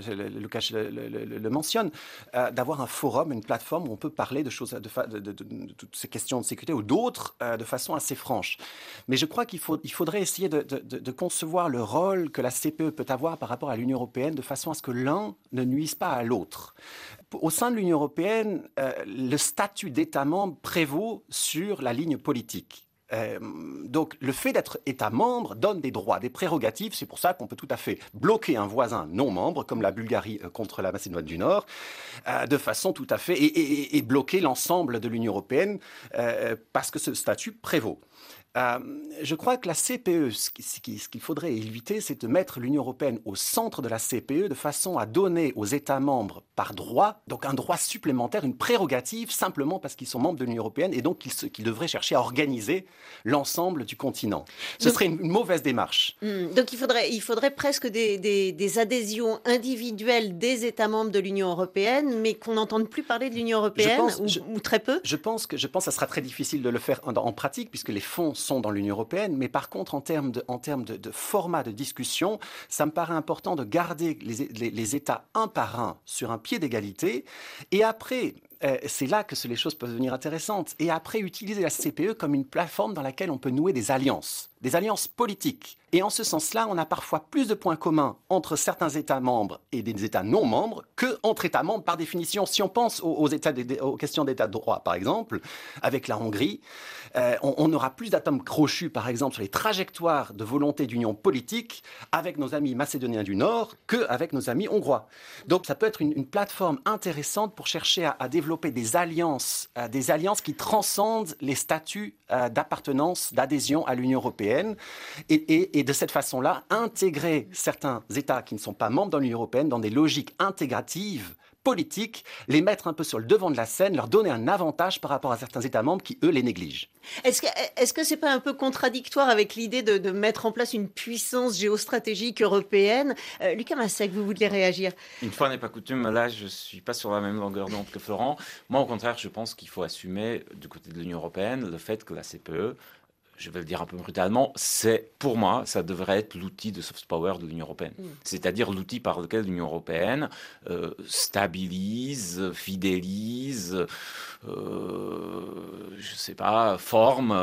le mentionne, d'avoir un forum, une plateforme où on peut parler de choses, de toutes ces questions de sécurité ou d'autres de façon assez franche. Mais je crois qu'il faudrait essayer de concevoir le rôle que la CPE peut avoir par rapport à l'Union européenne de façon à ce que l'un ne nuise pas à l'autre. Au sein de l'Union européenne, le statut d'État membre prévaut sur la ligne politique. Donc le fait d'être État membre donne des droits, des prérogatives. C'est pour ça qu'on peut tout à fait bloquer un voisin non membre, comme la Bulgarie contre la Macédoine du Nord, de façon tout à fait, et bloquer l'ensemble de l'Union européenne parce que ce statut prévaut. Je crois que la CPE, ce qu'il faudrait éviter, c'est de mettre l'Union européenne au centre de la CPE de façon à donner aux États membres par droit, donc un droit supplémentaire, une prérogative, simplement parce qu'ils sont membres de l'Union européenne et donc qu'ils devraient chercher à organiser l'ensemble du continent. Ce serait une mauvaise démarche. Donc il faudrait presque des adhésions individuelles des États membres de l'Union européenne, mais qu'on n'entende plus parler de l'Union européenne, ou très peu. Je pense que ça sera très difficile de le faire en pratique, puisque les fonds sont dans l'Union européenne, mais par contre, en termes de format de discussion, ça me paraît important de garder les États un par un sur un pied d'égalité, et après, c'est là que les choses peuvent devenir intéressantes, et après utiliser la CPE comme une plateforme dans laquelle on peut nouer des alliances politiques. Et en ce sens-là, on a parfois plus de points communs entre certains États membres et des États non membres qu'entre États membres par définition. Si on pense aux questions d'État de droit, par exemple, avec la Hongrie, on aura plus d'atomes crochus, par exemple, sur les trajectoires de volonté d'union politique avec nos amis macédoniens du Nord qu'avec nos amis hongrois. Donc ça peut être une plateforme intéressante pour chercher à développer des alliances qui transcendent les statuts d'appartenance, d'adhésion à l'Union européenne et de cette façon-là, intégrer certains États qui ne sont pas membres de l'Union européenne dans des logiques intégratives politiques, les mettre un peu sur le devant de la scène, leur donner un avantage par rapport à certains États membres qui, eux, les négligent. Est-ce que c'est pas un peu contradictoire avec l'idée de mettre en place une puissance géostratégique européenne? Lucas Masek, vous vouliez réagir? Une fois n'est pas coutume, là je suis pas sur la même longueur d'onde que Florent. Moi au contraire, je pense qu'il faut assumer du côté de l'Union européenne le fait que la CPE, je vais le dire un peu brutalement, pour moi, ça devrait être l'outil de soft power de l'Union européenne. C'est-à-dire l'outil par lequel l'Union européenne stabilise, fidélise, forme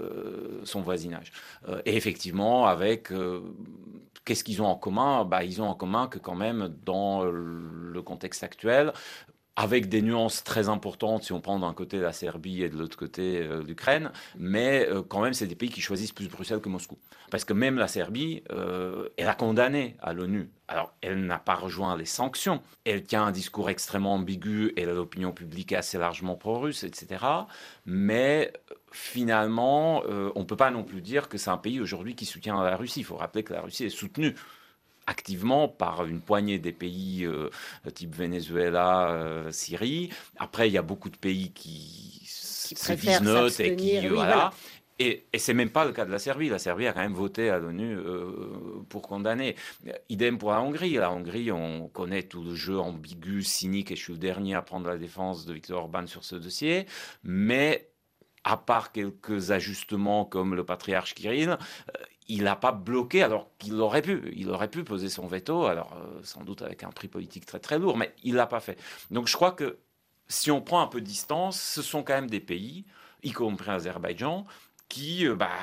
son voisinage. Et effectivement, avec... qu'est-ce qu'ils ont en commun? Ils ont en commun que quand même, dans le contexte actuel, avec des nuances très importantes si on prend d'un côté la Serbie et de l'autre côté l'Ukraine, mais quand même c'est des pays qui choisissent plus Bruxelles que Moscou. Parce que même la Serbie, elle a condamné à l'ONU. Alors elle n'a pas rejoint les sanctions, elle tient un discours extrêmement ambigu et l'opinion publique est assez largement pro-russe, etc. Mais finalement, on ne peut pas non plus dire que c'est un pays aujourd'hui qui soutient la Russie. Il faut rappeler que la Russie est soutenue activement par une poignée des pays type Venezuela, Syrie. Après, il y a beaucoup de pays qui se disnotent et qui... voilà. Et c'est même pas le cas de la Serbie. La Serbie a quand même voté à l'ONU pour condamner. Idem pour la Hongrie. La Hongrie, on connaît tout le jeu ambigu, cynique, et je suis le dernier à prendre la défense de Viktor Orban sur ce dossier. Mais à part quelques ajustements comme le patriarche Kirill, il n'a pas bloqué alors qu'il aurait pu. Il aurait pu poser son veto, alors sans doute avec un prix politique très très lourd, mais il ne l'a pas fait. Donc je crois que si on prend un peu de distance, ce sont quand même des pays, y compris l'Azerbaïdjan, qui,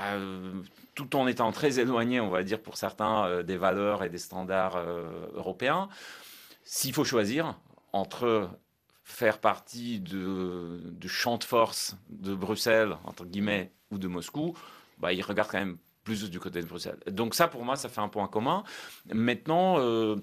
tout en étant très éloignés, on va dire pour certains, des valeurs et des standards européens, s'il faut choisir entre faire partie du champ de force de Bruxelles, entre guillemets, ou de Moscou, ils regardent quand même plus du côté de Bruxelles. Donc ça, pour moi, ça fait un point commun. Maintenant,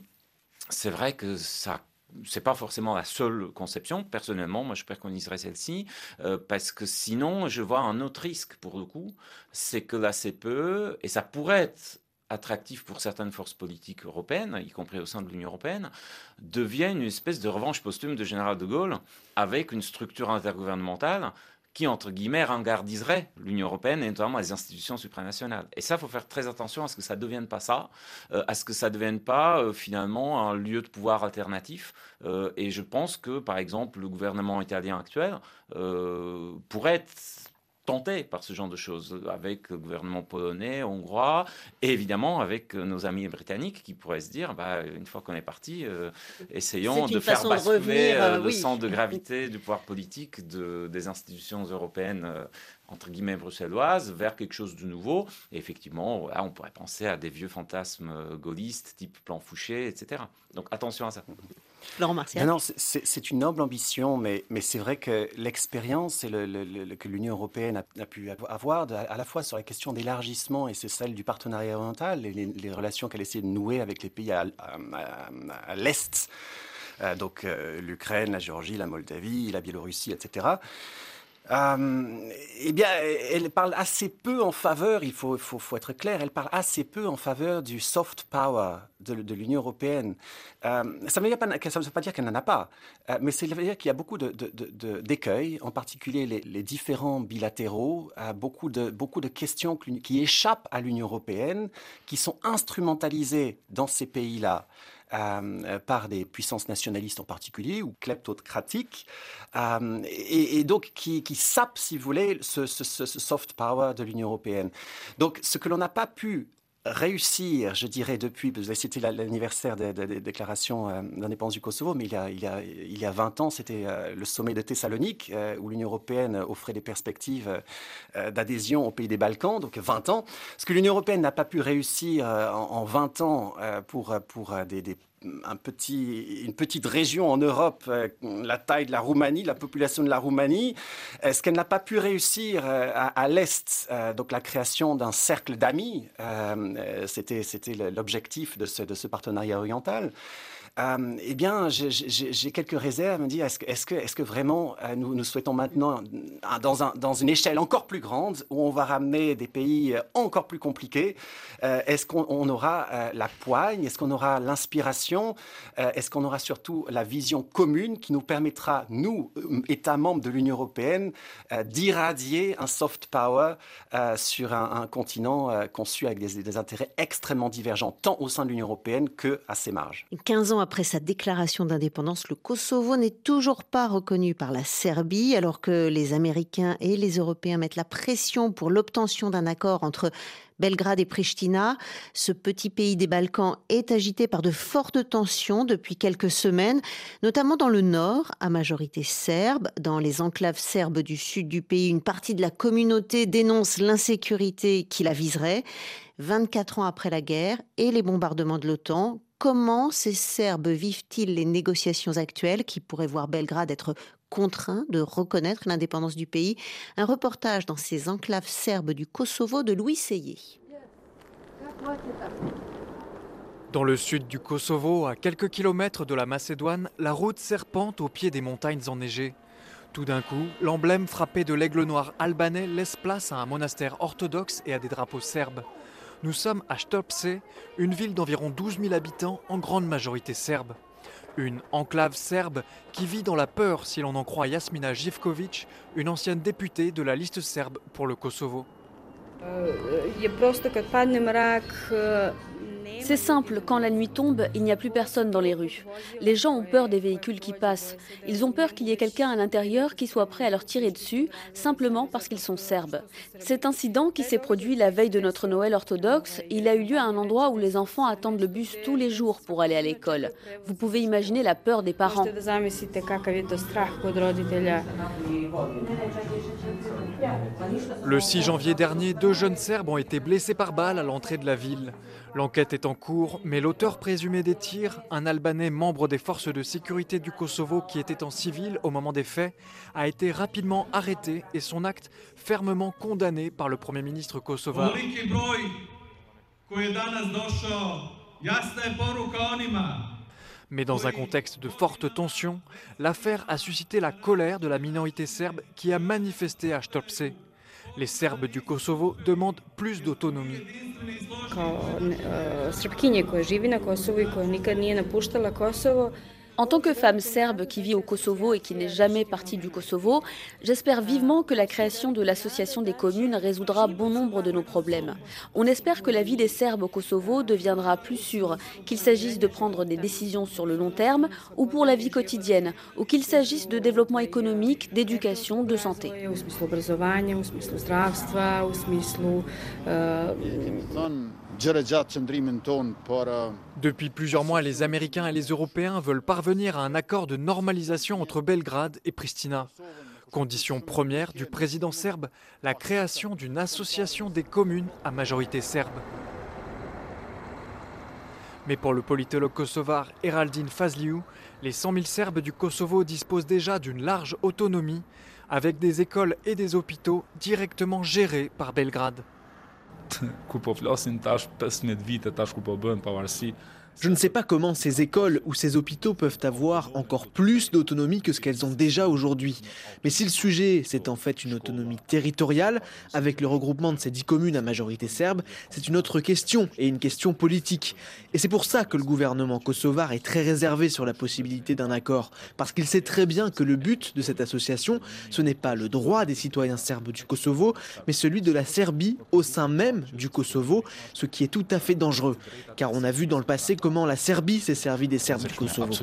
c'est vrai que ça... c'est pas forcément la seule conception. Personnellement, moi, je préconiserais celle-ci, parce que sinon, je vois un autre risque, pour le coup, c'est que la CPE, et ça pourrait être attractif pour certaines forces politiques européennes, y compris au sein de l'Union européenne, devienne une espèce de revanche posthume de général de Gaulle, avec une structure intergouvernementale qui, entre guillemets, ringardiserait l'Union européenne et notamment les institutions supranationales. Et ça, il faut faire très attention à ce que ça ne devienne pas ça, à ce que ça ne devienne pas, finalement, un lieu de pouvoir alternatif. Et je pense que, par exemple, le gouvernement italien actuel pourrait être tenté par ce genre de choses, avec le gouvernement polonais, hongrois, et évidemment avec nos amis britanniques qui pourraient se dire, une fois qu'on est parti, essayons de faire basculer le centre de gravité du pouvoir politique des institutions européennes, entre guillemets bruxelloises, vers quelque chose de nouveau. Et effectivement, là, on pourrait penser à des vieux fantasmes gaullistes, type plan Fouché, etc. Donc attention à ça. Laurent Martial. Non, c'est une noble ambition, mais c'est vrai que l'expérience que l'Union européenne a pu avoir, à la fois sur la question d'élargissement, et c'est celle du partenariat oriental, et les relations qu'elle essaie de nouer avec les pays à l'Est, donc l'Ukraine, la Géorgie, la Moldavie, la Biélorussie, etc., Eh bien, elle parle assez peu en faveur, il faut être clair, elle parle assez peu en faveur du soft power de l'Union européenne. Ça ne veut pas dire qu'elle n'en a pas, mais ça veut dire qu'il y a beaucoup d'écueils, en particulier les différends bilatéraux, beaucoup de questions qui échappent à l'Union européenne, qui sont instrumentalisées dans ces pays-là. Par des puissances nationalistes en particulier ou kleptocratiques et donc qui sapent, si vous voulez, ce soft power de l'Union européenne. Donc ce que l'on n'a pas pu réussir, je dirais, depuis, vous avez cité l'anniversaire des déclarations d'indépendance du Kosovo, mais il y a 20 ans, c'était le sommet de Thessalonique, où l'Union européenne offrait des perspectives d'adhésion aux pays des Balkans, donc 20 ans. Ce que l'Union européenne n'a pas pu réussir en 20 ans pour une petite région en Europe, la taille de la Roumanie, la population de la Roumanie, ce qu'elle n'a pas pu réussir à l'Est, donc la création d'un cercle d'amis, c'était l'objectif de ce partenariat oriental. Eh bien, j'ai quelques réserves à me dire, est-ce que vraiment nous souhaitons maintenant, dans une échelle encore plus grande, où on va ramener des pays encore plus compliqués, est-ce qu'on aura la poigne, est-ce qu'on aura l'inspiration, est-ce qu'on aura surtout la vision commune qui nous permettra, nous, États membres de l'Union européenne, d'irradier un soft power sur un continent conçu avec des intérêts extrêmement divergents, tant au sein de l'Union européenne qu'à ses marges. 15 ans après sa déclaration d'indépendance, le Kosovo n'est toujours pas reconnu par la Serbie, alors que les Américains et les Européens mettent la pression pour l'obtention d'un accord entre Belgrade et Pristina. Ce petit pays des Balkans est agité par de fortes tensions depuis quelques semaines, notamment dans le nord, à majorité serbe. Dans les enclaves serbes du sud du pays, une partie de la communauté dénonce l'insécurité qui la viserait. 24 ans après la guerre et les bombardements de l'OTAN, comment ces Serbes vivent-ils les négociations actuelles qui pourraient voir Belgrade être contraint de reconnaître l'indépendance du pays? Un reportage dans ces enclaves serbes du Kosovo de Louis Seyé. Dans le sud du Kosovo, à quelques kilomètres de la Macédoine, la route serpente au pied des montagnes enneigées. Tout d'un coup, l'emblème frappé de l'aigle noir albanais laisse place à un monastère orthodoxe et à des drapeaux serbes. Nous sommes à Štopce, une ville d'environ 12 000 habitants, en grande majorité serbe. Une enclave serbe qui vit dans la peur, si l'on en croit Jasmina Živković, une ancienne députée de la liste serbe pour le Kosovo. C'est simple, quand la nuit tombe, il n'y a plus personne dans les rues. Les gens ont peur des véhicules qui passent. Ils ont peur qu'il y ait quelqu'un à l'intérieur qui soit prêt à leur tirer dessus, simplement parce qu'ils sont serbes. Cet incident qui s'est produit la veille de notre Noël orthodoxe, il a eu lieu à un endroit où les enfants attendent le bus tous les jours pour aller à l'école. Vous pouvez imaginer la peur des parents. Le 6 janvier dernier, 2 jeunes Serbes ont été blessés par balle à l'entrée de la ville. L'enquête est en cours, mais l'auteur présumé des tirs, un Albanais membre des forces de sécurité du Kosovo qui était en civil au moment des faits, a été rapidement arrêté et son acte fermement condamné par le Premier ministre kosovar. Mais dans un contexte de forte tension, l'affaire a suscité la colère de la minorité serbe qui a manifesté à Štopce. Les Serbes du Kosovo demandent plus d'autonomie. En tant que femme serbe qui vit au Kosovo et qui n'est jamais partie du Kosovo, j'espère vivement que la création de l'association des communes résoudra bon nombre de nos problèmes. On espère que la vie des Serbes au Kosovo deviendra plus sûre, qu'il s'agisse de prendre des décisions sur le long terme ou pour la vie quotidienne, ou qu'il s'agisse de développement économique, d'éducation, de santé. Depuis plusieurs mois, les Américains et les Européens veulent parvenir à un accord de normalisation entre Belgrade et Pristina. Condition première du président serbe, la création d'une association des communes à majorité serbe. Mais pour le politologue kosovar Eraldin Fazliu, les 100 000 Serbes du Kosovo disposent déjà d'une large autonomie, avec des écoles et des hôpitaux directement gérés par Belgrade. Je ne sais pas comment ces écoles ou ces hôpitaux peuvent avoir encore plus d'autonomie que ce qu'elles ont déjà aujourd'hui. Mais si le sujet, c'est en fait une autonomie territoriale, avec le regroupement de ces 10 communes à majorité serbe, c'est une autre question, et une question politique. Et c'est pour ça que le gouvernement kosovar est très réservé sur la possibilité d'un accord, parce qu'il sait très bien que le but de cette association, ce n'est pas le droit des citoyens serbes du Kosovo, mais celui de la Serbie au sein même du Kosovo, ce qui est tout à fait dangereux, car on a vu dans le passé comment la Serbie s'est servie des Serbes du Kosovo.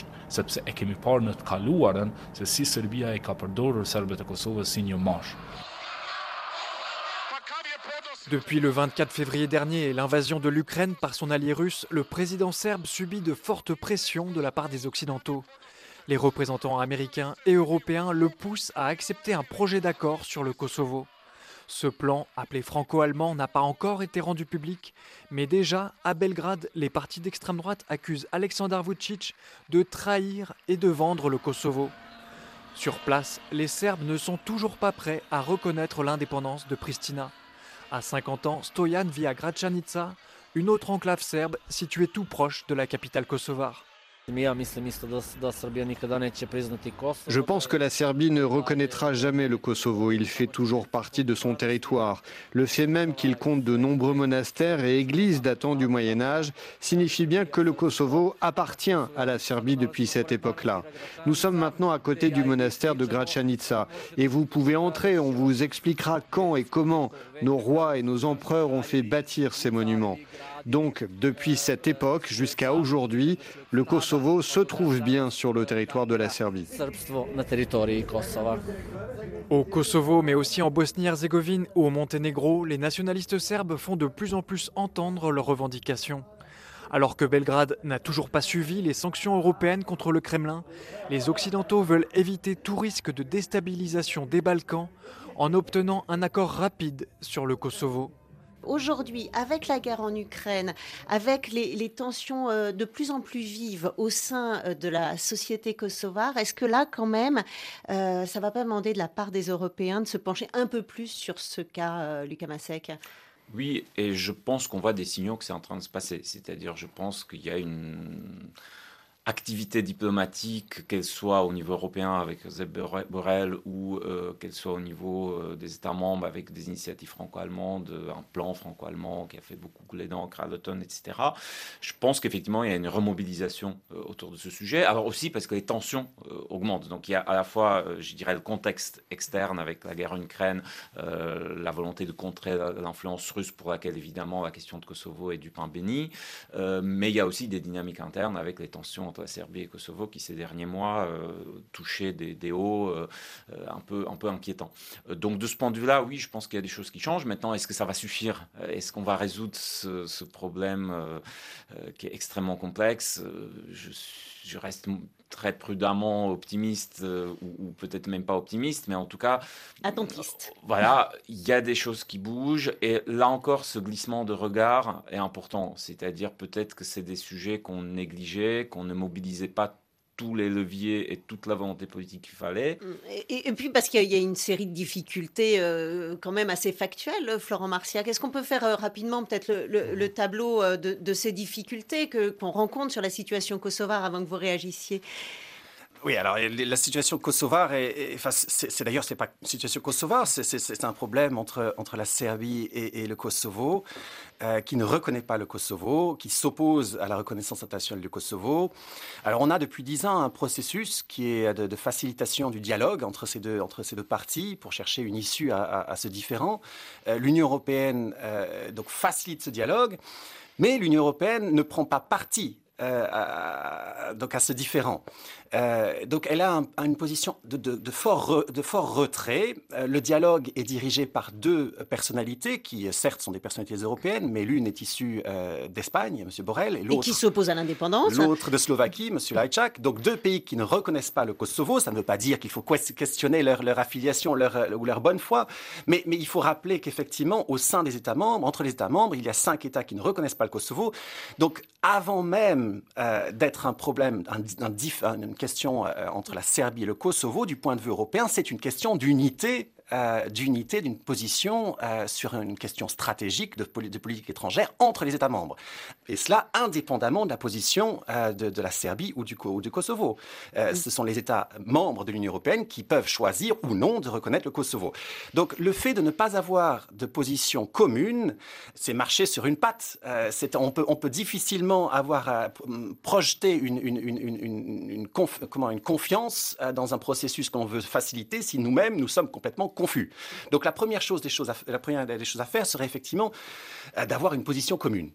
Depuis le 24 février dernier et l'invasion de l'Ukraine par son allié russe, le président serbe subit de fortes pressions de la part des Occidentaux. Les représentants américains et européens le poussent à accepter un projet d'accord sur le Kosovo. Ce plan, appelé franco-allemand, n'a pas encore été rendu public, mais déjà, à Belgrade, les partis d'extrême droite accusent Aleksandar Vučić de trahir et de vendre le Kosovo. Sur place, les Serbes ne sont toujours pas prêts à reconnaître l'indépendance de Pristina. À 50 ans, Stojan vit à Gračanica, une autre enclave serbe située tout proche de la capitale kosovare. Je pense que la Serbie ne reconnaîtra jamais le Kosovo. Il fait toujours partie de son territoire. Le fait même qu'il compte de nombreux monastères et églises datant du Moyen-Âge signifie bien que le Kosovo appartient à la Serbie depuis cette époque-là. Nous sommes maintenant à côté du monastère de Gračanica et vous pouvez entrer, on vous expliquera quand et comment nos rois et nos empereurs ont fait bâtir ces monuments. Donc, depuis cette époque jusqu'à aujourd'hui, le Kosovo se trouve bien sur le territoire de la Serbie. Au Kosovo, mais aussi en Bosnie-Herzégovine ou au Monténégro, les nationalistes serbes font de plus en plus entendre leurs revendications. Alors que Belgrade n'a toujours pas suivi les sanctions européennes contre le Kremlin, les Occidentaux veulent éviter tout risque de déstabilisation des Balkans en obtenant un accord rapide sur le Kosovo. Aujourd'hui, avec la guerre en Ukraine, avec les tensions de plus en plus vives au sein de la société kosovare, est-ce que là, quand même, ça ne va pas demander de la part des Européens de se pencher un peu plus sur ce cas, Luka Masek ? Oui, et je pense qu'on voit des signaux que c'est en train de se passer. C'est-à-dire, je pense qu'il y a une activité diplomatique, qu'elle soit au niveau européen avec Josep Borrell ou qu'elle soit au niveau des États membres avec des initiatives franco-allemandes, un plan franco-allemand qui a fait beaucoup couler d'encre à l'automne, etc. Je pense qu'effectivement, il y a une remobilisation autour de ce sujet. Alors aussi parce que les tensions augmentent. Donc il y a à la fois, je dirais, le contexte externe avec la guerre en Ukraine, la volonté de contrer l'influence russe pour laquelle, évidemment, la question de Kosovo est du pain béni. Mais il y a aussi des dynamiques internes avec les tensions entre la Serbie et Kosovo qui ces derniers mois touchaient des hauts un peu inquiétants. Donc de ce point de vue-là, oui, je pense qu'il y a des choses qui changent. Maintenant, est-ce que ça va suffire ? Est-ce qu'on va résoudre ce problème qui est extrêmement complexe ? Je reste très prudemment optimiste ou peut-être même pas optimiste, mais en tout cas... Attentiste. Voilà, il y a des choses qui bougent et là encore, ce glissement de regard est important. C'est-à-dire peut-être que c'est des sujets qu'on négligeait, qu'on ne mobilisait pas tous les leviers et toute la volonté politique qu'il fallait. Et puis parce qu'il y a une série de difficultés quand même assez factuelles, Florent Marciac. Est-ce qu'on peut faire rapidement peut-être le tableau de ces difficultés qu'on rencontre sur la situation kosovare avant que vous réagissiez ? Oui, alors la situation kosovare, c'est d'ailleurs c'est pas une situation kosovare, c'est un problème entre la Serbie et le Kosovo, qui ne reconnaît pas le Kosovo, qui s'oppose à la reconnaissance internationale du Kosovo. Alors on a depuis 10 ans un processus qui est de facilitation du dialogue entre ces deux parties pour chercher une issue à ce différend. L'Union européenne donc facilite ce dialogue, mais l'Union européenne ne prend pas parti donc à ce différend. Donc elle a une position de fort retrait. Le dialogue est dirigé par deux personnalités qui, certes, sont des personnalités européennes, mais l'une est issue d'Espagne, M. Borrell, et qui s'oppose à l'indépendance. L'autre de Slovaquie, M. Lajčák. Donc deux pays qui ne reconnaissent pas le Kosovo. Ça ne veut pas dire qu'il faut questionner leur affiliation ou leur bonne foi, mais il faut rappeler qu'effectivement, au sein des États membres, entre les États membres, il y a 5 États qui ne reconnaissent pas le Kosovo. Donc avant même d'être un problème, une question entre la Serbie et le Kosovo, du point de vue européen, c'est une question d'unité, d'une position sur une question stratégique de politique étrangère entre les États membres. Et cela indépendamment de la position de la Serbie ou du Kosovo. Ce sont les États membres de l'Union européenne qui peuvent choisir ou non de reconnaître le Kosovo. Donc le fait de ne pas avoir de position commune, c'est marcher sur une patte. On peut difficilement avoir projeté une confiance dans un processus qu'on veut faciliter si nous-mêmes nous sommes complètement confus. Donc la première des choses à faire serait effectivement d'avoir une position commune.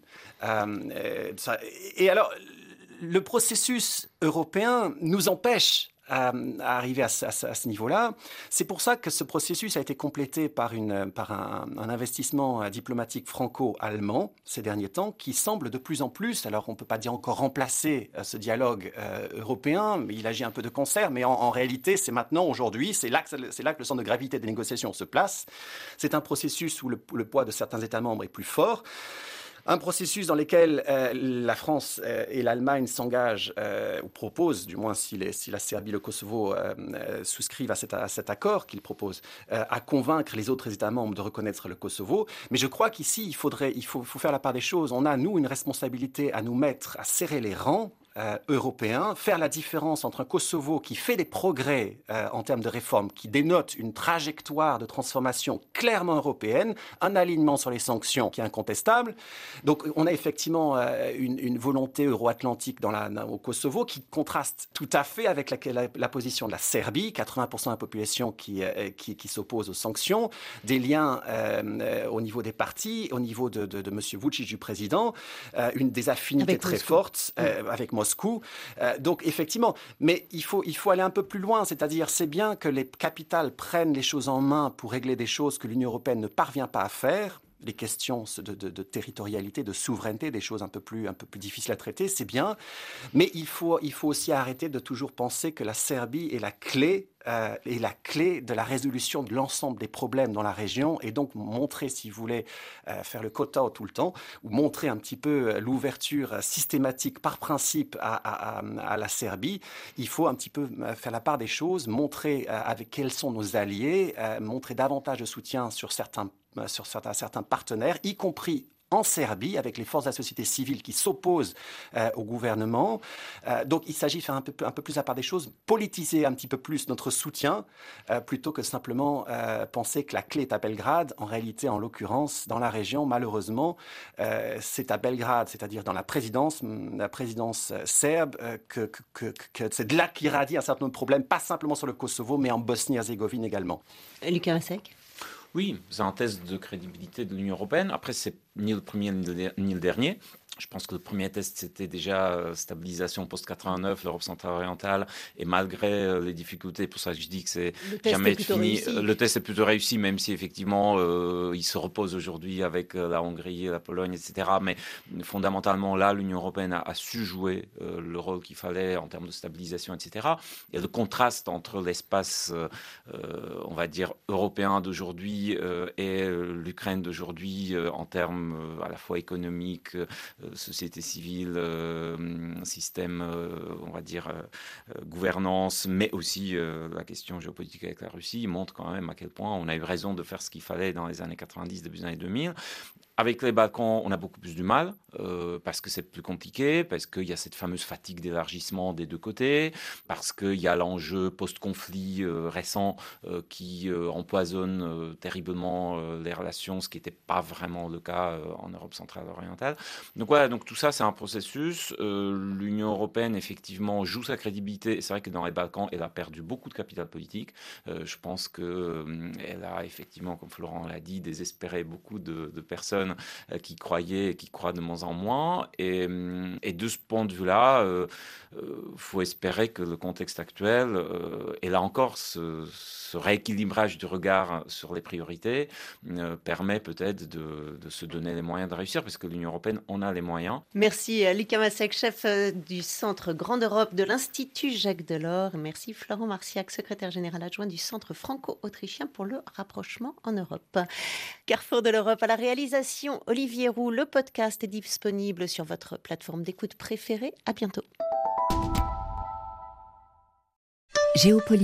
Et alors, le processus européen nous empêche à arriver à ce niveau-là. C'est pour ça que ce processus a été complété par un investissement diplomatique franco-allemand ces derniers temps, qui semble de plus en plus, alors on ne peut pas dire encore remplacer ce dialogue européen, mais il agit un peu de concert, mais en réalité, c'est maintenant, aujourd'hui, c'est là que le centre de gravité des négociations se place. C'est un processus où le poids de certains États membres est plus fort. Un processus dans lequel la France et l'Allemagne s'engagent, ou proposent, du moins si la Serbie et le Kosovo souscrivent à cet accord qu'ils proposent, à convaincre les autres États membres de reconnaître le Kosovo. Mais je crois qu'ici, il faut faire la part des choses. On a, nous, une responsabilité à nous mettre, à serrer les rangs européen, faire la différence entre un Kosovo qui fait des progrès en termes de réforme, qui dénote une trajectoire de transformation clairement européenne, un alignement sur les sanctions qui est incontestable. Donc on a effectivement une volonté euro-atlantique au Kosovo qui contraste tout à fait avec la position de la Serbie, 80% de la population qui s'oppose aux sanctions, des liens au niveau des partis, au niveau de M. Vučić, du président, des affinités très fortes avec Moscou. Donc effectivement, mais il faut aller un peu plus loin, c'est-à-dire c'est bien que les capitales prennent les choses en main pour régler des choses que l'Union européenne ne parvient pas à faire. Les questions de territorialité, de souveraineté, des choses un peu plus difficiles à traiter, c'est bien. Mais il faut aussi arrêter de toujours penser que la Serbie est la clé de la résolution de l'ensemble des problèmes dans la région, et donc montrer, si vous voulez, faire le quota tout le temps, ou montrer un petit peu l'ouverture systématique par principe à la Serbie. Il faut un petit peu faire la part des choses, montrer avec quels sont nos alliés, montrer davantage de soutien sur certains partenaires, y compris en Serbie, avec les forces de la société civile qui s'opposent au gouvernement. Donc il s'agit de faire un peu plus à part des choses, politiser un petit peu plus notre soutien, plutôt que simplement penser que la clé est à Belgrade. En réalité, en l'occurrence, dans la région, malheureusement, c'est à Belgrade, c'est-à-dire dans la présidence serbe, que c'est de là qu'irradie un certain nombre de problèmes, pas simplement sur le Kosovo, mais en Bosnie-Herzégovine également. Lucas Masek. Oui, c'est un test de crédibilité de l'Union européenne. Après, c'est ni le premier ni le dernier. Je pense que le premier test, c'était déjà stabilisation post-89, l'Europe centrale-orientale. Et malgré les difficultés, pour ça que je dis que c'est jamais fini. Le test est plutôt réussi, même si effectivement, il se repose aujourd'hui avec la Hongrie, la Pologne, etc. Mais fondamentalement, là, l'Union européenne a su jouer le rôle qu'il fallait en termes de stabilisation, etc. Et le contraste entre l'espace, on va dire, européen d'aujourd'hui et l'Ukraine d'aujourd'hui, en termes à la fois économiques, société civile, système, on va dire, gouvernance, mais aussi la question géopolitique avec la Russie, montre quand même à quel point on a eu raison de faire ce qu'il fallait dans les années 90, début des années 2000. Avec les Balkans, on a beaucoup plus du mal, parce que c'est plus compliqué, parce qu'il y a cette fameuse fatigue d'élargissement des deux côtés, parce qu'il y a l'enjeu post-conflit récent qui empoisonne terriblement les relations, ce qui n'était pas vraiment le cas en Europe centrale et orientale. Donc voilà, donc tout ça, c'est un processus. L'Union européenne, effectivement, joue sa crédibilité. C'est vrai que dans les Balkans, elle a perdu beaucoup de capital politique. Je pense qu'elle a effectivement, comme Florent l'a dit, désespéré beaucoup de personnes qui croyaient et qui croient de moins en moins. Et de ce point de vue-là, faut espérer que le contexte actuel, et là encore, ce rééquilibrage du regard sur les priorités permet peut-être de se donner les moyens de réussir, parce que l'Union européenne en a les moyens. Merci Lucas Masek, chef du Centre Grande Europe de l'Institut Jacques Delors. Merci Florent Marciac, secrétaire général adjoint du Centre franco-autrichien pour le rapprochement en Europe. Carrefour de l'Europe à la réalisation, Olivier Roux. Le podcast est disponible sur votre plateforme d'écoute préférée. À bientôt. Géopolitique.